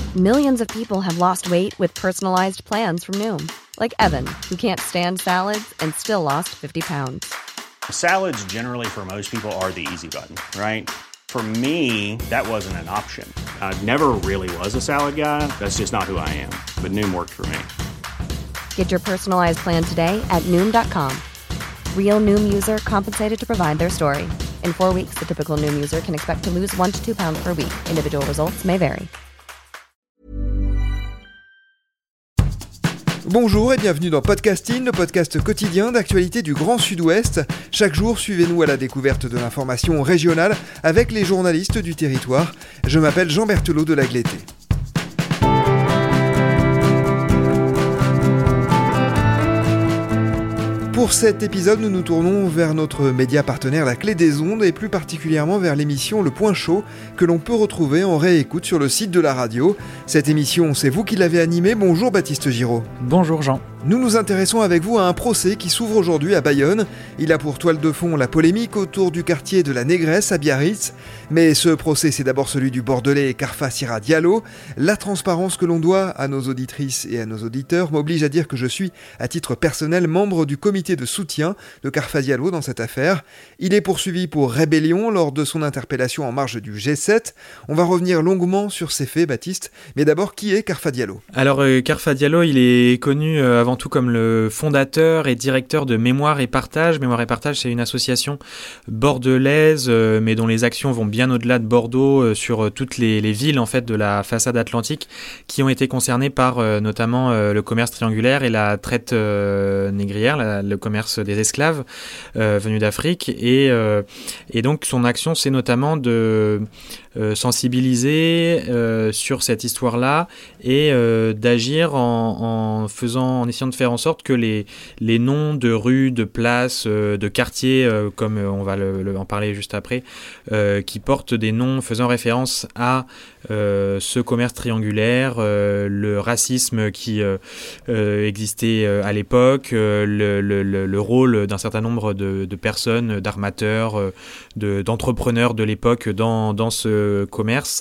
Millions of people have lost weight with personalized plans from Noom. Like Evan, who can't stand salads and still lost 50 pounds. Salads generally for most people are the easy button, right? For me, that wasn't an option. I never really was a salad guy. That's just not who I am. But Noom worked for me. Get your personalized plan today at Noom.com. Real Noom user compensated to provide their story. In 4 weeks, the typical Noom user can expect to lose 1 to 2 pounds per week. Individual results may vary. Bonjour et bienvenue dans Podcasting, le podcast quotidien d'actualité du Grand Sud-Ouest. Chaque jour, suivez-nous à la découverte de l'information régionale avec les journalistes du territoire. Je m'appelle Jean Berthelot de Lagleté. Pour cet épisode, nous nous tournons vers notre média partenaire La Clé des Ondes et plus particulièrement vers l'émission Le Point Chaud que l'on peut retrouver en réécoute sur le site de la radio. Cette émission, c'est vous qui l'avez animée. Bonjour Baptiste Giraud. Bonjour Jean. Nous nous intéressons avec vous à un procès qui s'ouvre aujourd'hui à Bayonne. Il a pour toile de fond la polémique autour du quartier de la Négresse à Biarritz. Mais ce procès, c'est d'abord celui du Bordelais Karfa Sira Diallo. La transparence que l'on doit à nos auditrices et à nos auditeurs m'oblige à dire que je suis, à titre personnel, membre du comité de soutien de Karfa Diallo dans cette affaire. Il est poursuivi pour rébellion lors de son interpellation en marge du G7. On va revenir longuement sur ces faits, Baptiste. Mais d'abord, qui est Karfa Diallo ? Alors, Karfa Diallo, il est connu avant tout comme le fondateur et directeur de Mémoire et Partage. Mémoire et Partage, c'est une association bordelaise, mais dont les actions vont bien au-delà de Bordeaux, sur toutes les villes en fait de la façade atlantique, qui ont été concernées par notamment le commerce triangulaire et la traite négrière, le commerce des esclaves venus d'Afrique. Et donc, son action, c'est notamment de sensibiliser sur cette histoire-là et d'agir en essayant de faire en sorte que les noms de rues, de places, de quartiers, comme on va en parler juste après, qui portent des noms faisant référence à ce commerce triangulaire, le racisme qui existait à l'époque, le rôle d'un certain nombre de personnes, d'armateurs, d'entrepreneurs de l'époque dans ce commerce,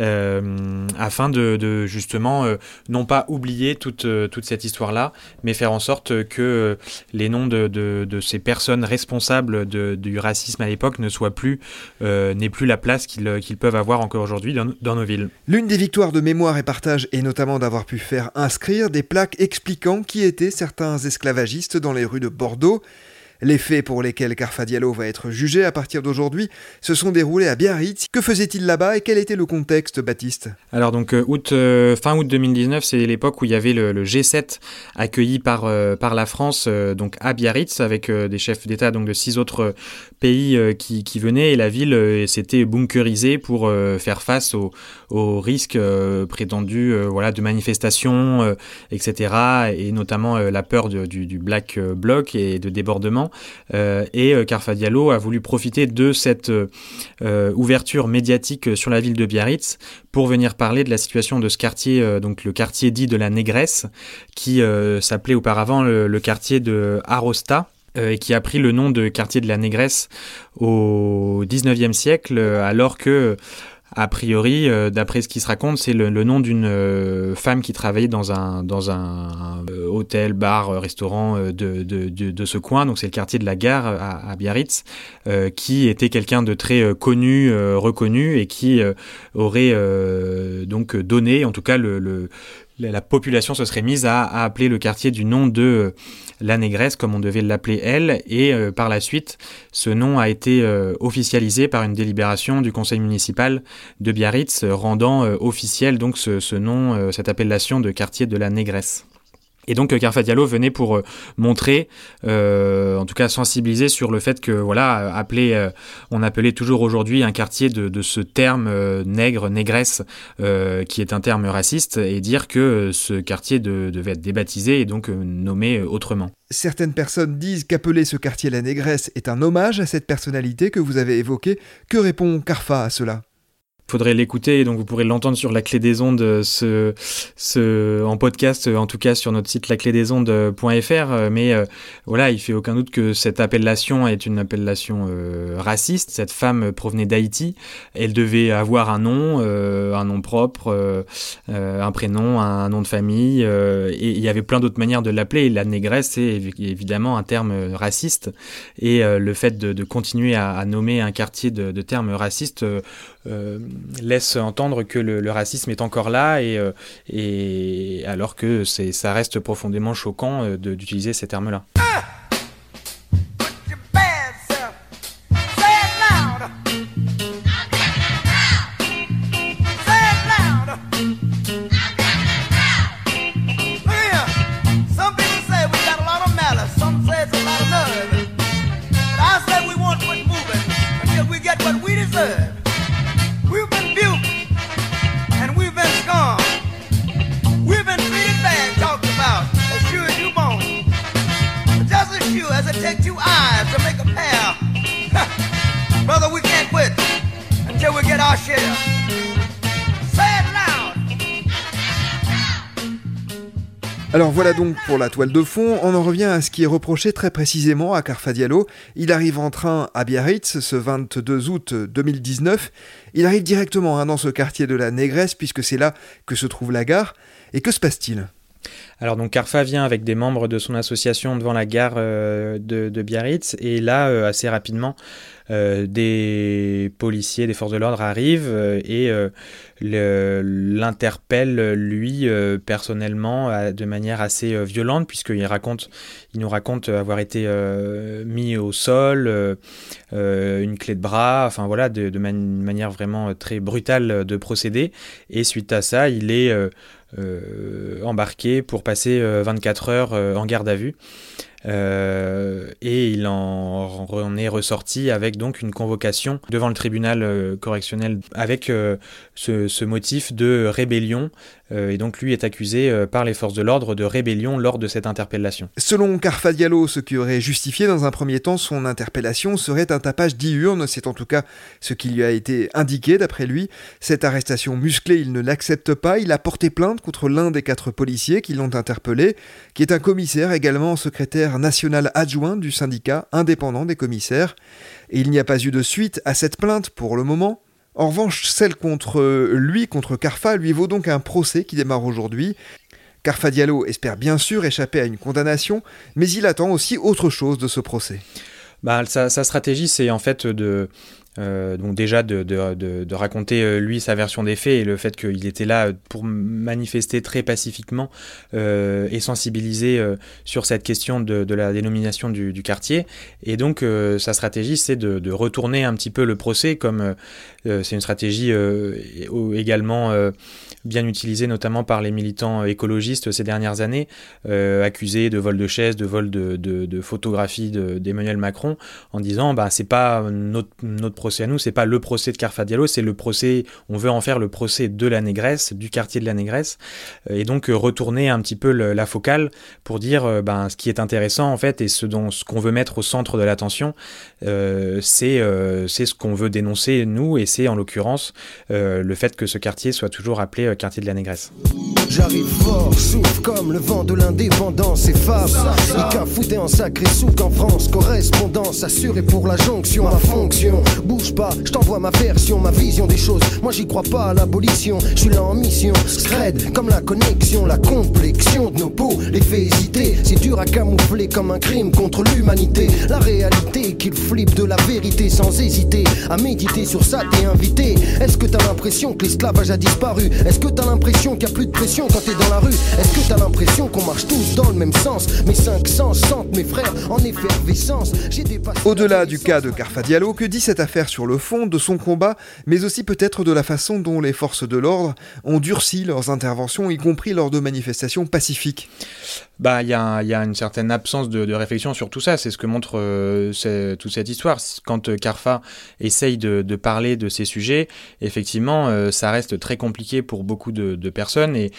afin de justement non pas oublier toute cette histoire-là, mais faire en sorte que les noms de ces personnes responsables du racisme à l'époque n'aient plus la place qu'ils peuvent avoir encore aujourd'hui dans nos villes. L'une des victoires de Mémoire et Partage est notamment d'avoir pu faire inscrire des plaques expliquant qui étaient certains esclavagistes dans les rues de Bordeaux. Les faits pour lesquels Karfa Diallo va être jugé à partir d'aujourd'hui se sont déroulés à Biarritz. Que faisait-il là-bas et quel était le contexte, Baptiste ? Alors donc fin août 2019, c'est l'époque où il y avait le G7 accueilli par la France donc à Biarritz avec des chefs d'État donc de 6 autres pays qui venaient, et la ville s'était bunkerisée pour faire face aux risques prétendus de manifestations, etc. et notamment la peur du Black Bloc et de débordements. Et Karfa Diallo a voulu profiter de cette ouverture médiatique sur la ville de Biarritz pour venir parler de la situation de ce quartier, donc le quartier dit de la Négresse, qui s'appelait auparavant le quartier de Arosta, et qui a pris le nom de quartier de la Négresse au 19e siècle, alors que a priori, d'après ce qui se raconte, c'est le nom d'une femme qui travaillait dans un hôtel, bar, restaurant de ce coin. Donc c'est le quartier de la Gare à Biarritz, qui était quelqu'un de très connu, reconnu, et qui aurait donc donné, en tout cas la population se serait mise à appeler le quartier du nom de la Négresse, comme on devait l'appeler elle, et par la suite, ce nom a été officialisé par une délibération du conseil municipal de Biarritz, rendant officiel donc ce nom, cette appellation de quartier de la Négresse. Et donc Karfa Diallo venait pour montrer, en tout cas sensibiliser sur le fait que on appelait toujours aujourd'hui un quartier de ce terme nègre, négresse, qui est un terme raciste, et dire que ce quartier devait être débaptisé et donc nommé autrement. Certaines personnes disent qu'appeler ce quartier la Négresse est un hommage à cette personnalité que vous avez évoquée. Que répond Karfa à cela ? Faudrait l'écouter, donc vous pourrez l'entendre sur La Clé des Ondes, en podcast, en tout cas sur notre site laclédesondes.fr. Mais voilà, il fait aucun doute que cette appellation est une appellation raciste. Cette femme provenait d'Haïti. Elle devait avoir un nom propre, un prénom, un nom de famille. Et il y avait plein d'autres manières de l'appeler. Et la négresse, c'est évidemment un terme raciste. Et le fait de continuer à nommer un quartier de termes racistes laisse entendre que le racisme est encore là et alors que ça reste profondément choquant d'utiliser ces termes-là. Alors voilà donc pour la toile de fond, on en revient à ce qui est reproché très précisément à Karfa Diallo. Il arrive en train à Biarritz ce 22 août 2019. Il arrive directement dans ce quartier de la Négresse puisque c'est là que se trouve la gare. Et que se passe-t-il ? Alors donc Karfa vient avec des membres de son association devant la gare de Biarritz et là assez rapidement des policiers, des forces de l'ordre arrivent et l'interpellent lui personnellement de manière assez violente puisqu'il nous raconte avoir été mis au sol, une clé de bras, enfin voilà, de manière vraiment très brutale de procéder et suite à ça il est embarqué pour passer 24 heures en garde à vue. Et il en est ressorti avec donc une convocation devant le tribunal correctionnel avec ce motif de rébellion et donc lui est accusé par les forces de l'ordre de rébellion lors de cette interpellation. Selon Karfa Diallo, ce qui aurait justifié dans un premier temps son interpellation serait un tapage diurne, c'est en tout cas ce qui lui a été indiqué d'après lui. Cette arrestation musclée, il ne l'accepte pas, il a porté plainte contre l'un des 4 policiers qui l'ont interpellé, qui est un commissaire également secrétaire national adjoint du syndicat indépendant des commissaires. Et il n'y a pas eu de suite à cette plainte pour le moment. En revanche, celle contre Karfa, lui vaut donc un procès qui démarre aujourd'hui. Karfa Diallo espère bien sûr échapper à une condamnation, mais il attend aussi autre chose de ce procès. Sa stratégie, c'est en fait donc déjà de raconter lui sa version des faits et le fait qu'il était là pour manifester très pacifiquement et sensibiliser sur cette question de la dénomination du quartier et donc sa stratégie c'est de retourner un petit peu le procès comme c'est une stratégie également bien utilisée notamment par les militants écologistes ces dernières années accusés de vol de chaises, de vol de photographie d'Emmanuel Macron en disant c'est pas notre procès à nous, c'est pas le procès de Karfa Diallo, c'est le procès, on veut en faire le procès de la Négresse, du quartier de la Négresse, et donc retourner un petit peu la focale pour dire ce qui est intéressant en fait et ce qu'on veut mettre au centre de l'attention, c'est ce qu'on veut dénoncer nous et c'est en l'occurrence le fait que ce quartier soit toujours appelé quartier de la Négresse. J'arrive fort, souffle comme le vent de l'indépendance et fable. Ika foutait en sacré souk en France, correspondance assurée pour la jonction, ma fonction. Bouge pas, je t'envoie ma version, ma vision des choses. Moi j'y crois pas à l'abolition, je suis là en mission. Scred comme la connexion, la complexion de nos peaux. Les faits hésités, c'est dur à camoufler comme un crime contre l'humanité. La réalité qu'il flippe de la vérité sans hésiter. À méditer sur ça t'es invité. Est-ce que t'as l'impression que l'esclavage a disparu? Est-ce que t'as l'impression qu'il y a plus de pression quand t'es dans la rue? Est-ce que t'as l'impression qu'on marche tous dans le même sens? Mes 5 sens sentent mes frères en effervescence. Au-delà du cas de Karfa Diallo, que dit cette affaire sur le fond de son combat, mais aussi peut-être de la façon dont les forces de l'ordre ont durci leurs interventions, y compris lors de manifestations pacifiques? Il y a une certaine absence de réflexion sur tout ça, c'est ce que montre toute cette histoire. Quand Karfa essaye de parler de ces sujets, effectivement, ça reste très compliqué pour beaucoup de personnes et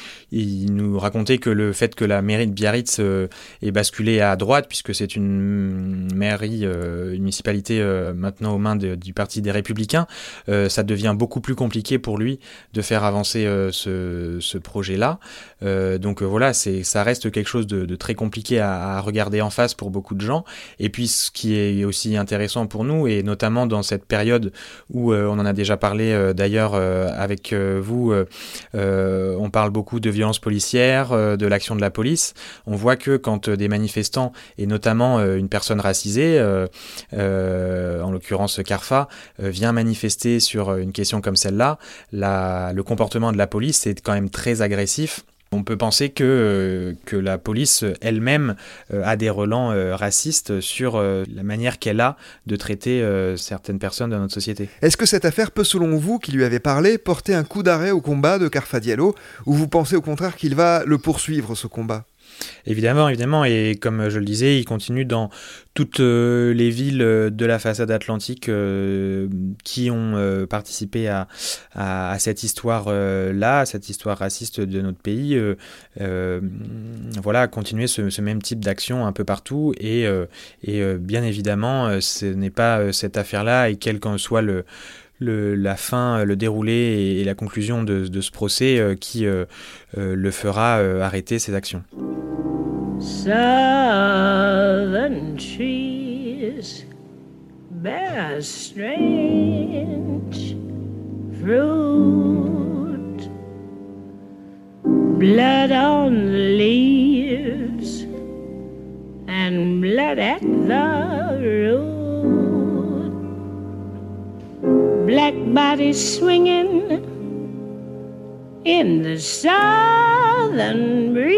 il nous racontait que le fait que la mairie de Biarritz est basculée à droite, puisque c'est une mairie, une municipalité maintenant aux mains du Parti des Républicains, ça devient beaucoup plus compliqué pour lui de faire avancer ce projet-là. Donc voilà, ça reste quelque chose de très compliqué à regarder en face pour beaucoup de gens. Et puis ce qui est aussi intéressant pour nous, et notamment dans cette période où on en a déjà parlé d'ailleurs avec vous, on parle beaucoup de violences policières, de l'action de la police. On voit que quand des manifestants, et notamment une personne racisée, en l'occurrence Carfa, vient manifester sur une question comme celle-là, le comportement de la police est quand même très agressif. On peut penser que la police elle-même a des relents racistes sur la manière qu'elle a de traiter certaines personnes dans notre société. Est-ce que cette affaire peut, selon vous, qui lui avez parlé, porter un coup d'arrêt au combat de Carfa Diallo, ou vous pensez au contraire qu'il va le poursuivre, ce combat ? Évidemment, et comme je le disais, il continue dans toutes les villes de la façade atlantique qui ont participé à cette histoire-là, cette histoire raciste de notre pays. Voilà, continuer ce même type d'action un peu partout, et bien évidemment, ce n'est pas cette affaire-là, et quel qu'en soit la fin, le déroulé et la conclusion de ce procès qui le fera arrêter ses actions. Southern trees bear strange fruit, blood on the leaves and blood at the root, black bodies swinging in the southern breeze.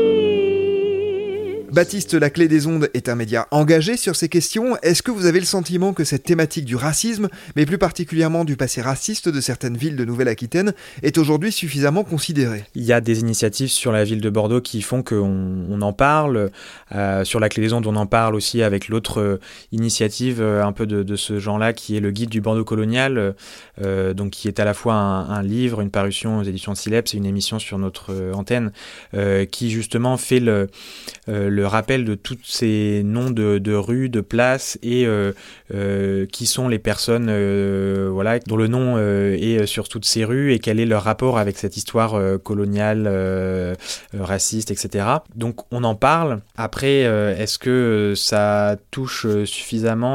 Baptiste Laclé des Ondes est un média engagé sur ces questions. Est-ce que vous avez le sentiment que cette thématique du racisme, mais plus particulièrement du passé raciste de certaines villes de Nouvelle-Aquitaine, est aujourd'hui suffisamment considérée ? Il y a des initiatives sur la ville de Bordeaux qui font qu'on en parle. Sur Laclé des Ondes, on en parle aussi avec l'autre initiative un peu de ce genre-là, qui est le guide du Bordeaux colonial, donc qui est à la fois un livre, une parution aux éditions Sileps et une émission sur notre antenne, qui justement fait le rappel de tous ces noms de rues, de places, et qui sont les personnes dont le nom est sur toutes ces rues, et quel est leur rapport avec cette histoire coloniale, raciste, etc. Donc on en parle. Après, est-ce que ça touche suffisamment ?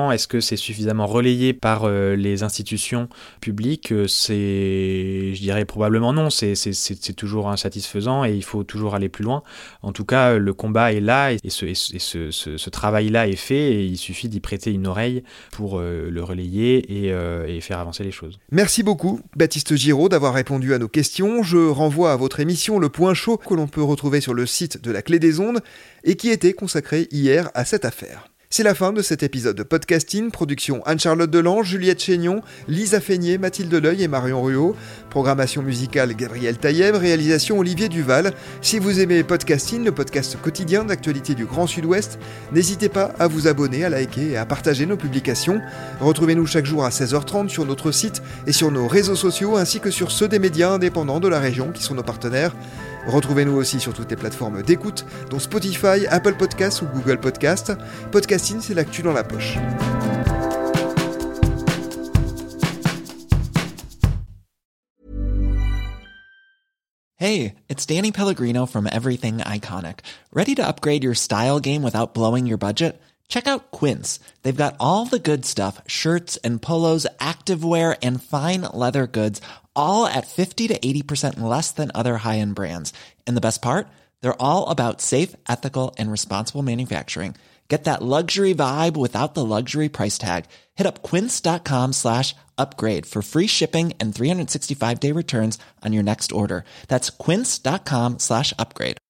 Est-ce que c'est suffisamment relayé par les institutions publiques ? Je dirais probablement non. C'est toujours insatisfaisant, et il faut toujours aller plus loin. En tout cas, le combat est là, et ce travail-là est fait, et il suffit d'y prêter une oreille pour le relayer et faire avancer les choses. Merci beaucoup, Baptiste Giraud, d'avoir répondu à nos questions. Je renvoie à votre émission Le Point Chaud, que l'on peut retrouver sur le site de la Clé des Ondes, et qui était consacrée hier à cette affaire. C'est la fin de cet épisode de Podcasting, production Anne-Charlotte Delange, Juliette Chénion, Lisa Feignet, Mathilde Leuil et Marion Ruot, programmation musicale Gabriel Taïeb, réalisation Olivier Duval. Si vous aimez Podcasting, le podcast quotidien d'actualité du Grand Sud-Ouest, n'hésitez pas à vous abonner, à liker et à partager nos publications. Retrouvez-nous chaque jour à 16h30 sur notre site et sur nos réseaux sociaux, ainsi que sur ceux des médias indépendants de la région qui sont nos partenaires. Retrouvez-nous aussi sur toutes les plateformes d'écoute, dont Spotify, Apple Podcasts ou Google Podcasts. Podcasting, c'est l'actu dans la poche. Hey, it's Danny Pellegrino from Everything Iconic. Ready to upgrade your style game without blowing your budget? Check out Quince. They've got all the good stuff, shirts and polos, activewear, and fine leather goods, all at 50 to 80% less than other high-end brands. And the best part? They're all about safe, ethical, and responsible manufacturing. Get that luxury vibe without the luxury price tag. Hit up quince.com/upgrade for free shipping and 365-day returns on your next order. That's quince.com/upgrade.